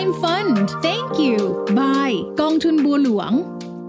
AM Fund Thank you Bye กองทุนบัวหลวง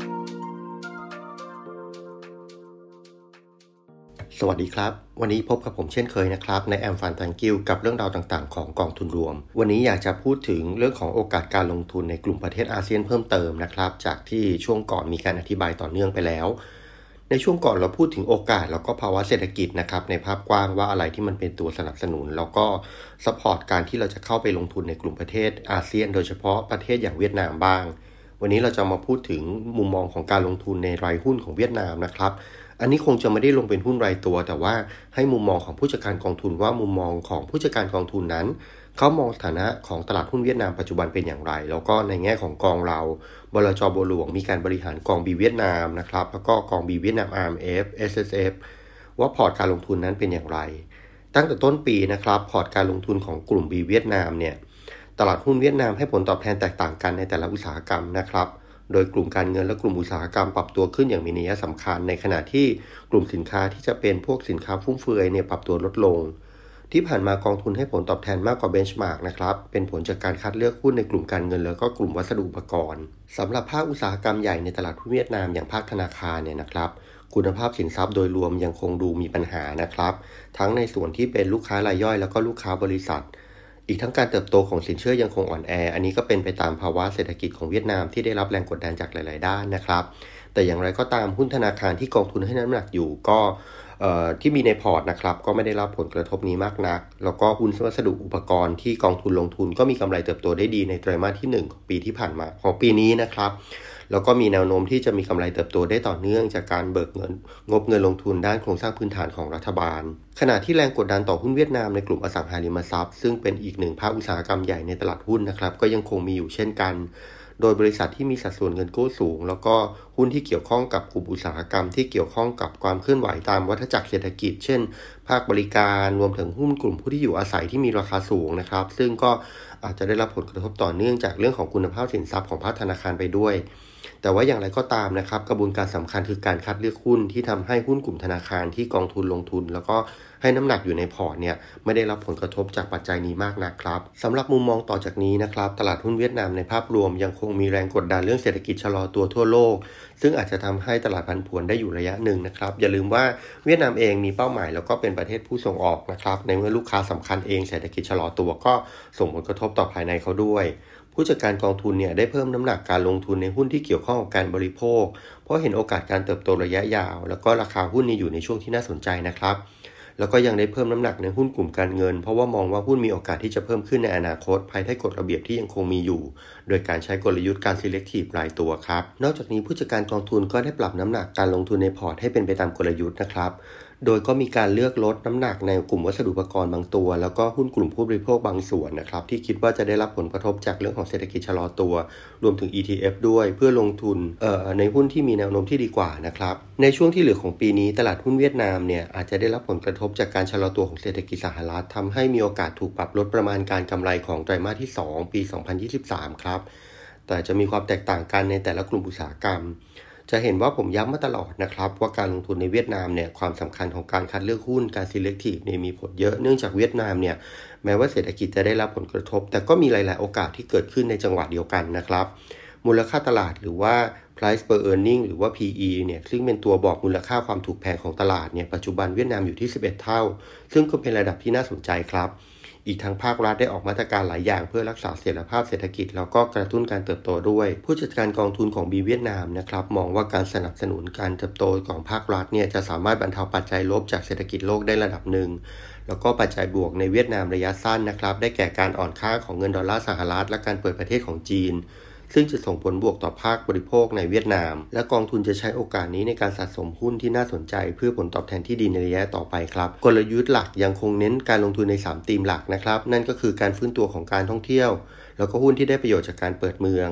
สวัสดีครับวันนี้พบกับผมเช่นเคยนะครับใน AM Fund Thank you กับเรื่องราวต่างๆของกองทุนรวมวันนี้อยากจะพูดถึงเรื่องของโอกาสการลงทุนในกลุ่มประเทศอาเซียนเพิ่มเติมนะครับจากที่ช่วงก่อนมีการอธิบายต่อเนื่องไปแล้วในช่วงก่อนเราพูดถึงโอกาสแล้วก็ภาวะเศรษฐกิจนะครับในภาพกว้างว่าอะไรที่มันเป็นตัวสนับสนุนแล้วก็ซัพพอร์ตการที่เราจะเข้าไปลงทุนในกลุ่มประเทศอาเซียนโดยเฉพาะประเทศอย่างเวียดนามบ้างวันนี้เราจะมาพูดถึงมุมมองของการลงทุนในรายหุ้นของเวียดนามนะครับอันนี้คงจะไม่ได้ลงเป็นหุ้นรายตัวแต่ว่าให้มุมมองของผู้จัดการกองทุนว่ามุมมองของผู้จัดการกองทุนนั้นเขามองสถานะของตลาดหุ้นเวียดนามปัจจุบันเป็นอย่างไรแล้วก็ในแง่ของกองเราบลจ.บัวหลวงมีการบริหารกอง B เวียดนามนะครับแล้วก็กอง B เวียดนาม RMF SSF ว่าพอร์ตการลงทุนนั้นเป็นอย่างไรตั้งแต่ต้นปีนะครับพอร์ตการลงทุนของกลุ่ม B เวียดนามเนี่ยตลาดหุ้นเวียดนามให้ผลตอบแทนแตกต่างกันในแต่ละอุตสาหกรรมนะครับโดยกลุ่มการเงินและกลุ่มอุตสาหกรรมปรับตัวขึ้นอย่างมีนัยสำคัญในขณะที่กลุ่มสินค้าที่จะเป็นพวกสินค้าฟุ่มเฟือยเนี่ยปรับตัวลดลงที่ผ่านมากองทุนให้ผลตอบแทนมากกว่าเบนช์มาร์กนะครับเป็นผลจากการคัดเลือกหุ้นในกลุ่มการเงินแล้วก็กลุ่มวัสดุอุปกรณ์สำหรับภาคอุตสาหกรรมใหญ่ในตลาดหุ้นเวียดนามอย่างภาคธนาคารเนี่ยนะครับคุณภาพสินทรัพย์โดยรวมยังคงดูมีปัญหานะครับทั้งในส่วนที่เป็นลูกค้ารายย่อยแล้วก็ลูกค้าบริษัทอีกทั้งการเติบโตของสินเชื่อยังคงอ่อนแออันนี้ก็เป็นไปตามภาวะเศรษฐกิจของเวียดนามที่ได้รับแรงกดดันจากหลายๆด้านนะครับแต่อย่างไรก็ตามหุ้นธนาคารที่กองทุนให้น้ำหนักอยู่ก็ที่มีในพอร์ตนะครับก็ไม่ได้รับผลกระทบนี้มากนักแล้วก็หุ้นวัสดุอุปกรณ์ที่กองทุนลงทุนก็มีกำไรเติบโตได้ดีในไตรมาสที่1ของปีที่ผ่านมาของปีนี้นะครับแล้วก็มีแนวโน้มที่จะมีกำไรเติบโตได้ต่อเนื่องจากการเบิกงบเงินลงทุนด้านโครงสร้างพื้นฐานของรัฐบาลขณะที่แรงกดดันต่อหุ้นเวียดนามในกลุ่มอสังหาริมทรัพย์ซึ่งเป็นอีกหนึ่งภาคอุตสาหกรรมใหญ่ในตลาดหุ้นนะครับก็ยังคงมีอยู่เช่นกันโดยบริษัทที่มีสัดส่วนเงินกู้สูงแล้วก็หุ้นที่เกี่ยวข้องกับกลุ่มอุตสาหกรรมที่เกี่ยวข้องกับความเคลื่อนไหวตามวัฏจักรเศรษฐกิจเช่นภาคบริการรวมถึงหุ้นกลุ่มผู้ที่อยู่อาศัยที่มีราคาสูงนะครับซึ่งก็อาจจะได้รับผลกระทบต่อเนื่องจากเรื่องของคุณภาพสินทรัพย์ของภาคธนาคารไปด้วยแต่ว่าอย่างไรก็ตามนะครับกระบวนการสำคัญคือการคัดเลือกหุ้นที่ทำให้หุ้นกลุ่มธนาคารที่กองทุนลงทุนแล้วก็ให้น้ำหนักอยู่ในพอร์ตเนี่ยไม่ได้รับผลกระทบจากปัจจัยนี้มากนักครับสำหรับมุมมองต่อจากนี้นะครับตลาดหุ้นเวียดนามในภาพรวมยังคงมีแรงกดดันเรื่องเศรษฐกิจชะลอตัวทั่วโลกซึ่งอาจจะทำให้ตลาดผันผวนได้อยู่ระยะหนึ่งนะครับอย่าลืมว่าเวียดนามเองมีเป้าหมายแล้วก็เป็นประเทศผู้ส่งออกนะครับในเมื่อลูกค้าสำคัญเองเศรษฐกิจชะลอตัวก็ส่งผลกระทบต่อภายในเขาด้วยผู้จัดการกองทุนเนี่ยได้เพิ่มน้ำหนักการลงทุนในหุ้นที่เกี่ยวข้องกับการบริโภคเพราะเห็นโอกาสการเติบโตระยะยาวแล้วก็ราคาหุ้นนี้อยู่ในช่วงที่น่าสนใจนะครับแล้วก็ยังได้เพิ่มน้ำหนักในหุ้นกลุ่มการเงินเพราะว่ามองว่าหุ้นมีโอกาสที่จะเพิ่มขึ้นในอนาคตภายใต้กฎระเบียบที่ยังคงมีอยู่โดยการใช้กลยุทธ์การ selective รายตัวครับนอกจากนี้ผู้จัดการกองทุนก็ได้ปรับน้ำหนักการลงทุนในพอร์ตให้เป็นไปตามกลยุทธ์นะครับโดยก็มีการเลือกลดน้ำหนักในกลุ่มวัสดุอุปกรณ์บางตัวแล้วก็หุ้นกลุ่มผู้บริโภคบางส่วนนะครับที่คิดว่าจะได้รับผลกระทบจากเรื่องของเศรษฐกิจชะลอตัวรวมถึง ETF ด้วยเพื่อลงทุนในหุ้นที่มีแนวโน้มที่ดีกว่านะครับในช่วงที่เหลือของปีนี้ตลาดหุ้นเวียดนามเนี่ยอาจจะได้รับผลกระทบจากการชะลอตัวของเศรษฐกิจสหรัฐทำให้มีโอกาสถูกปรับลดประมาณการกำไรของไตรมาสที่2ปี2023ครับแต่จะมีความแตกต่างกันในแต่ละกลุ่มอุตสาหกรรมจะเห็นว่าผมย้ำมาตลอดนะครับว่าการลงทุนในเวียดนามเนี่ยความสำคัญของการคัดเลือกหุ้นการ selective เนี่ยมีผลเยอะเนื่องจากเวียดนามเนี่ยแม้ว่าเศรษฐกิจจะได้รับผลกระทบแต่ก็มีหลายๆโอกาสที่เกิดขึ้นในจังหวะเดียวกันนะครับมูลค่าตลาดหรือว่า price per earning หรือว่า PE เนี่ยซึ่งเป็นตัวบอกมูลค่าความถูกแพงของตลาดเนี่ยปัจจุบันเวียดนามอยู่ที่11เท่าซึ่งก็เป็นระดับที่น่าสนใจครับอีกทั้งภาครัฐได้ออกมาตรการหลายอย่างเพื่อรักษาเสถียรภาพเศรษฐกิจแล้วก็กระตุ้นการเติบโตด้วยผู้จัดการกองทุนของ B เวียดนามนะครับมองว่าการสนับสนุนการเติบโตของภาครัฐเนี่ยจะสามารถบรรเทาปัจจัยลบจากเศรษฐกิจโลกได้ระดับหนึ่งแล้วก็ปัจจัยบวกในเวียดนามระยะสั้นนะครับได้แก่การอ่อนค่าของเงินดอลลาร์สหรัฐและการเปิดประเทศของจีนซึ่งจะส่งผลบวกต่อภาคบริโภคในเวียดนามและกองทุนจะใช้โอกาสนี้ในการสะสมหุ้นที่น่าสนใจเพื่อผลตอบแทนที่ดีในระยะต่อไปครับกลยุทธ์หลักยังคงเน้นการลงทุนใน3ธีมหลักนะครับนั่นก็คือการฟื้นตัวของการท่องเที่ยวแล้วก็หุ้นที่ได้ประโยชน์จากการเปิดเมือง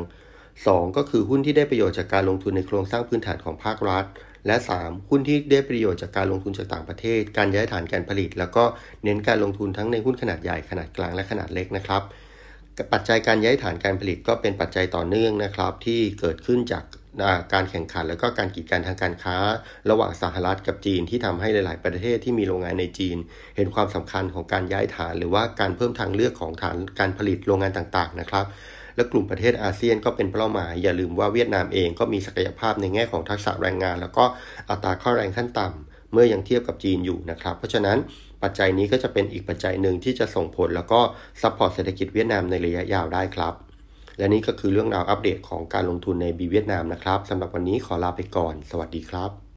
2ก็คือหุ้นที่ได้ประโยชน์จากการลงทุนในโครงสร้างพื้นฐานของภาครัฐและ3หุ้นที่ได้ประโยชน์จากการลงทุนจากต่างประเทศการย้ายฐานการผลิตแล้วก็เน้นการลงทุนทั้งในหุ้นขนาดใหญ่ขนาดกลางและขนาดเล็กนะครับปัจจัยการย้ายฐานการผลิตก็เป็นปัจจัยต่อเนื่องนะครับที่เกิดขึ้นจาก การแข่งขันและก็การกีดกันทางการค้าระหว่างสหรัฐกับจีนที่ทำให้หลายๆประเทศที่มีโรงงานในจีนเห็นความสำคัญของการย้ายฐานหรือว่าการเพิ่มทางเลือกของฐานการผลิตโรงงานต่างๆนะครับและกลุ่มประเทศอาเซียนก็เป็นเป้าหมายอย่าลืมว่าเวียดนามเองก็มีศักยภาพในแง่ของทักษะแรงงานแล้วก็อัตราค่าแรงขั้นต่ำเมื่อยังเทียบกับจีนอยู่นะครับเพราะฉะนั้นปัจจัยนี้ก็จะเป็นอีกปัจจัยหนึ่งที่จะส่งผลแล้วก็ซัพพอร์ตเศรษฐกิจเวียดนามในระยะยาวได้ครับและนี่ก็คือเรื่องราวอัปเดตของการลงทุนในบีเวียดนามนะครับสำหรับวันนี้ขอลาไปก่อนสวัสดีครับ